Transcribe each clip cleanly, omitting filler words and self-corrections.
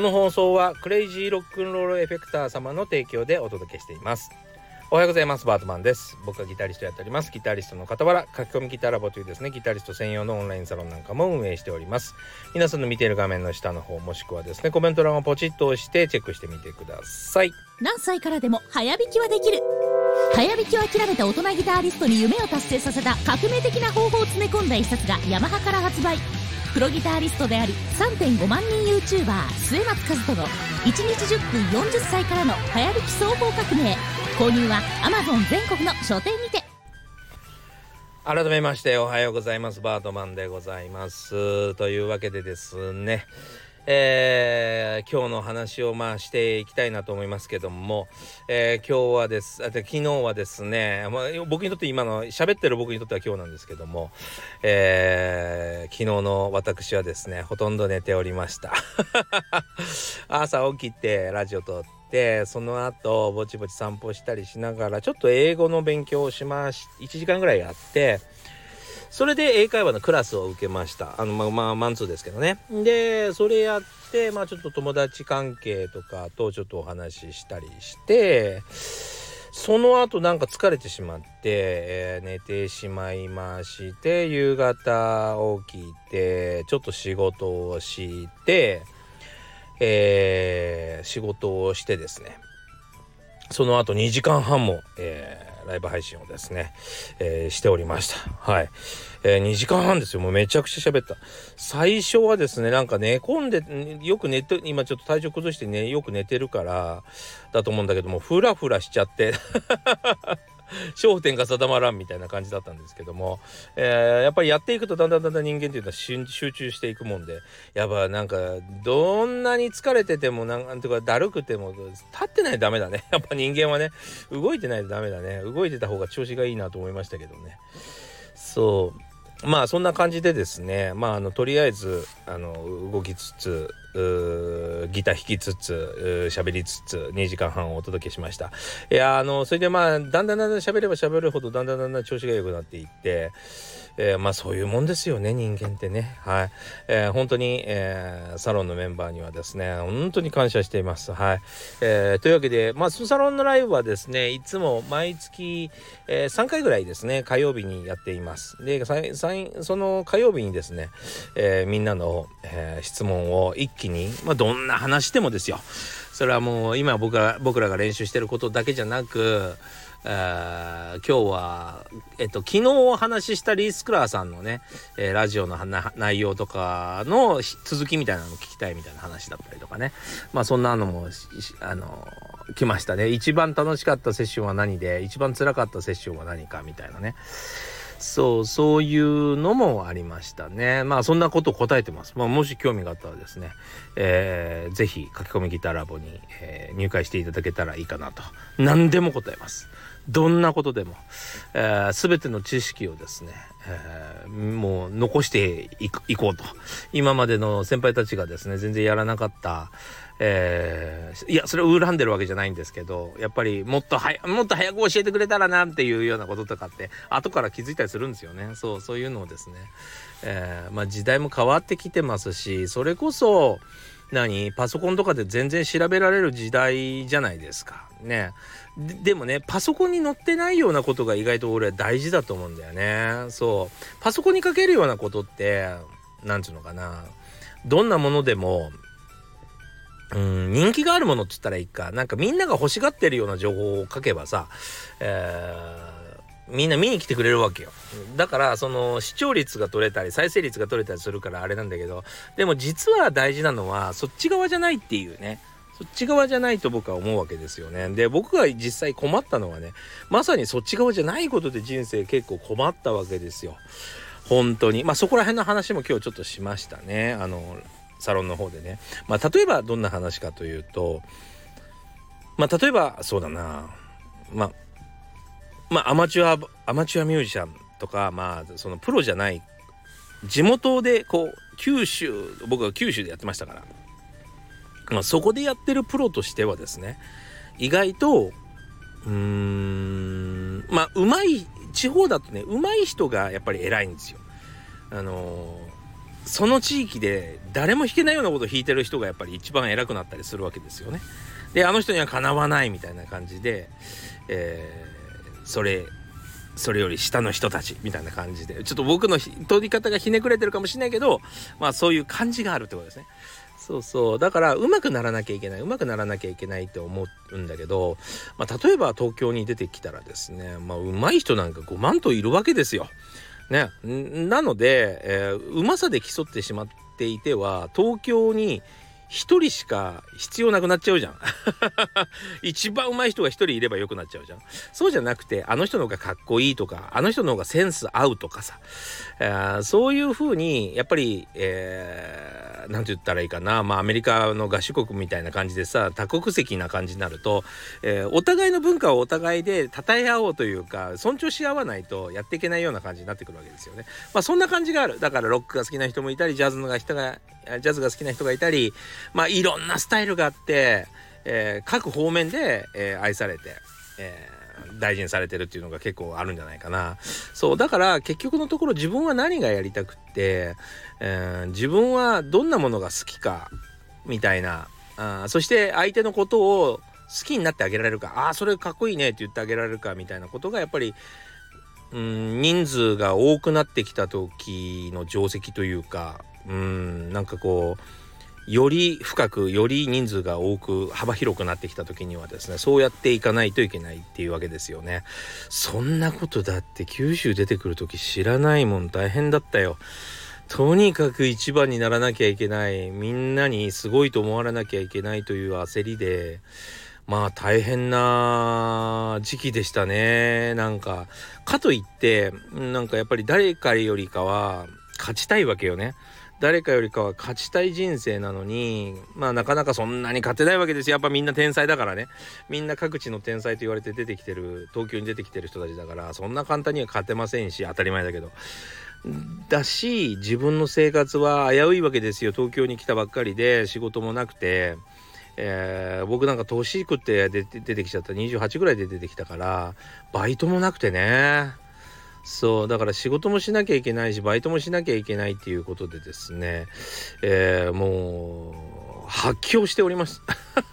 の放送はクレイジーロックンロールエフェクター様の提供でお届けしています。おはようございます。バートマンです。僕はギタリストやっております。ギタリストの傍ら書き込みギタラボというですね、ギタリスト専用のオンラインサロンなんかも運営しております。皆さんの見ている画面の下の方、もしくはですね、コメント欄をポチッと押してチェックしてみてください。 何歳からでも早弾きはできる。早弾きを諦めた大人ギタリストに夢を達成させた革命的な方法を詰め込んだ一冊がヤマハから発売。プロギタリストであり 3.5 万人 YouTuber 末松和人の1日10分40歳からの早弾き総合革命。購入は Amazon 全国の書店にて。 改めましておはようございます。バートマンでございます。というわけでですね、今日の話をしていきたいなと思いますけども、昨日はですね、僕にとって今の喋ってる僕にとっては今日なんですけども、昨日の私はですねほとんど寝ておりました朝起きてラジオ撮って、その後ぼちぼち散歩したりしながらちょっと英語の勉強をしまし1時間ぐらいやって、それで英会話のクラスを受けました。マンツーですけどね。でそれやってちょっと友達関係とかとちょっとお話ししたりして、その後なんか疲れてしまって、寝てしまいまして、夕方起きてちょっと仕事をして、仕事をしてですね、その後2時間半も、ライブ配信をですね、しておりました。はい、2時間半ですよ。もうめちゃくちゃ喋った。最初はですね、なんか寝込んでよく寝て、今ちょっと体調崩してね、よく寝てるからだと思うんだけども、フラフラしちゃって焦点が定まらんみたいな感じだったんですけども、やっぱりやっていくとだんだん人間っていうのは集中していくもんで、やっぱなんかどんなに疲れててもなんとかだるくても立ってないとダメだね。やっぱ人間はね、動いてないとダメだね。動いてた方が調子がいいなと思いましたけどね。そうそんな感じでですね、とりあえず動きつつギター弾きつつ喋りつつ2時間半お届けしました。いやそれでだんだん喋れば喋るほどだんだん調子が良くなっていって、そういうもんですよね、人間ってね。はい、本当に、サロンのメンバーにはですね本当に感謝しています。はい、というわけでサロンのライブはですねいつも毎月、3回ぐらいですね火曜日にやっています。でその火曜日にですね、みんなの、質問を一気にどんな話でもですよ、それはもう今僕らが練習してることだけじゃなく、今日は、昨日お話ししたリースクラーさんのね、ラジオの内容とかの続きみたいなのを聞きたいみたいな話だったりとかね、そんなのも来ましたね。一番楽しかったセッションは何で、一番辛かったセッションは何かみたいなね、そういうのもありましたね。そんなことを答えてます。もし興味があったらですね、ぜひ書き込みギターラボに、入会していただけたらいいかなと。何でも答えます。どんなことでも、全ての知識をですね、もう残していこうと。今までの先輩たちがですね全然やらなかった、いやそれを恨んでるわけじゃないんですけど、やっぱりもっと早く教えてくれたらなっていうようなこととかって後から気づいたりするんですよね。そういうのをですね、時代も変わってきてますし、それこそパソコンとかで全然調べられる時代じゃないですかね。でもね、パソコンに載ってないようなことが意外と俺は大事だと思うんだよね。パソコンに書けるようなことってなんていうのかな、どんなものでも人気があるものって言ったらいいか、なんかみんなが欲しがってるような情報を書けばさ、みんな見に来てくれるわけよ。だからその視聴率が取れたり再生率が取れたりするからあれなんだけど、でも実は大事なのはそっち側じゃないっていうね、そっち側じゃないと僕は思うわけですよね。で僕が実際困ったのはね、まさにそっち側じゃないことで人生結構困ったわけですよ、本当に。そこら辺の話も今日ちょっとしましたね、サロンの方でね。例えばどんな話かというと、例えばそうだな、アマチュアミュージシャンとか、そのプロじゃない地元で僕は九州でやってましたから、そこでやってるプロとしてはですね、意外とうまい地方だとね、うまい人がやっぱり偉いんですよ。 その地域で誰も弾けないようなことを弾いてる人がやっぱり一番偉くなったりするわけですよね。であの人にはかなわないみたいな感じで、それより下の人たちみたいな感じで、ちょっと僕の取り方がひねくれてるかもしれないけど、まあそういう感じがあるってことですね。そうそう、だから上手くならなきゃいけないって思うんだけど、まあ、例えば東京に出てきたらですね、まあ上手い人なんか5万といるわけですよ。ね、なので、うまさで競ってしまっていては東京に一人しか必要なくなっちゃうじゃん一番上手い人が一人いればよくなっちゃうじゃん。そうじゃなくて、あの人の方がかっこいいとか、あの人の方がセンス合うとかさ、そういう風にやっぱり、なんて言ったらいいかな、まあアメリカの合衆国みたいな感じでさ、多国籍な感じになると、お互いの文化をお互いで称え合おうというか尊重し合わないとやっていけないような感じになってくるわけですよね。まあそんな感じがある。だからロックが好きな人もいたり、ジャズが好きな人がいたり、まあいろんなスタイルがあって、各方面で、愛されて、大事にされてるっていうのが結構あるんじゃないかな。そうだから結局のところ自分は何がやりたくって、自分はどんなものが好きかみたいな、そして相手のことを好きになってあげられるか、それかっこいいねって言ってあげられるかみたいなことがやっぱり人数が多くなってきた時の定石というか、なんかこうより深く、より人数が多く幅広くなってきた時にはですね、そうやっていかないといけないっていうわけですよね。そんなことだって九州出てくる時知らないもん、大変だったよ。とにかく一番にならなきゃいけない、みんなにすごいと思われなきゃいけないという焦りで、まあ大変な時期でしたね。なんかかといってなんかやっぱり誰かよりかは勝ちたいわけよね。誰かよりかは勝ちたい人生なのに、まあなかなかそんなに勝てないわけですよ。やっぱみんな天才だからね。みんな各地の天才と言われて出てきてる、東京に出てきてる人たちだから、そんな簡単には勝てませんし、当たり前だけど。だし、自分の生活は危ういわけですよ。東京に来たばっかりで仕事もなくて、僕なんか年食って出てきちゃった。28ぐらいで出てきたから、バイトもなくてね。そうだから仕事もしなきゃいけないし、バイトもしなきゃいけないっていうことでですね、もう発狂しております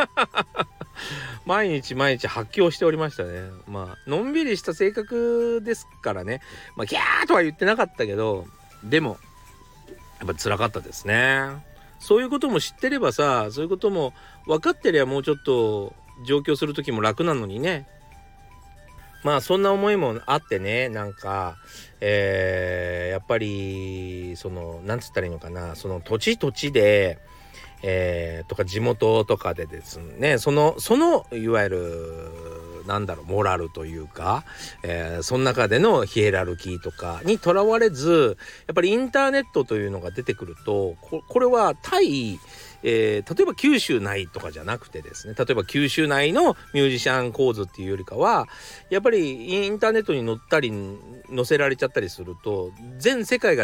毎日発狂しておりましたね。まあのんびりした性格ですからね、まあギャーとは言ってなかったけど、でもやっぱ辛かったですね。そういうことも知ってればさ、そういうことも分かってりゃもうちょっと上京する時も楽なのにね。まあそんな思いもあってね、なんか、やっぱりそのなんつったらいいのかな、その土地で、とか地元とかでですね、そのいわゆるモラルというか、その中でのヒエラルキーとかにとらわれず、やっぱりインターネットというのが出てくると、これは対例えば九州内とかじゃなくてですね、例えば九州内のミュージシャン構図っていうよりかは、やっぱりインターネットに載せられちゃったりすると、全世界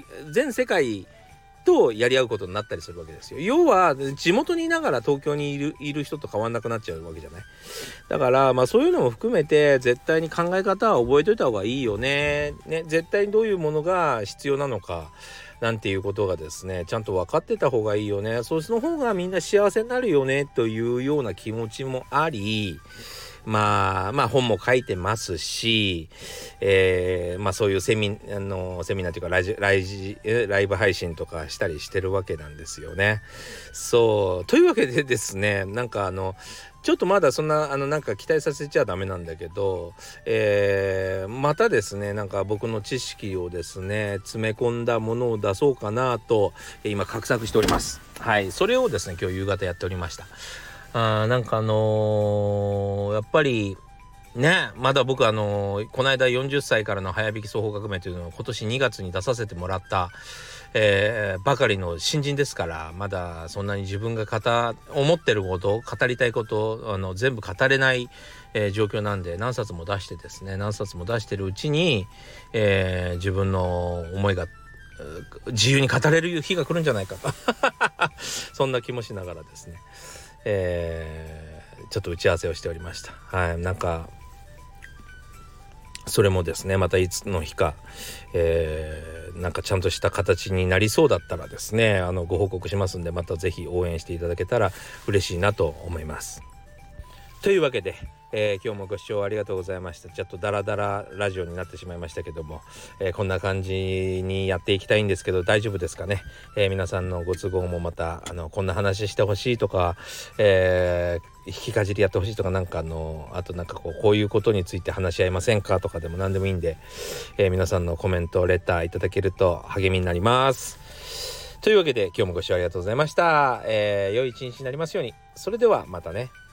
とやり合うことになったりするわけですよ。要は地元にいながら東京にいる人と変わんなくなっちゃうわけじゃない。だからまあそういうのも含めて絶対に考え方は覚えといた方がいいよね。絶対にどういうものが必要なのかなんていうことがですね、ちゃんと分かってた方がいいよね。その方がみんな幸せになるよねというような気持ちもあり、まあ本も書いてますし、まあそういうセミナーというかライブ配信とかしたりしてるわけなんですよね。そうというわけでですね、なんかちょっとまだそんななんか期待させちゃダメなんだけど、またですね、なんか僕の知識をですね詰め込んだものを出そうかなと今画策しております。はい、それをですね今日夕方やっておりました。なんかやっぱりね、まだ僕この間40歳からの早弾き双方革命というのを今年2月に出させてもらった、ばかりの新人ですから、まだそんなに自分が思ってること語りたいこと全部語れない、状況なんで、何冊も出してるうちに、自分の思いが自由に語れる日が来るんじゃないかとそんな気もしながらですね、ちょっと打ち合わせをしておりました。はい、なんかそれもですねまたいつの日か、なんかちゃんとした形になりそうだったらですねご報告しますんで、またぜひ応援していただけたら嬉しいなと思います。というわけで、今日もご視聴ありがとうございました。ちょっとダラダララジオになってしまいましたけども、こんな感じにやっていきたいんですけど大丈夫ですかね。皆さんのご都合もまたこんな話してほしいとか、引きかじりやってほしいとか、なんかあとなんかこういうことについて話し合いませんかとかでも何でもいいんで、皆さんのコメントレターいただけると励みになります。というわけで今日もご視聴ありがとうございました。良い一日になりますように。それではまたね。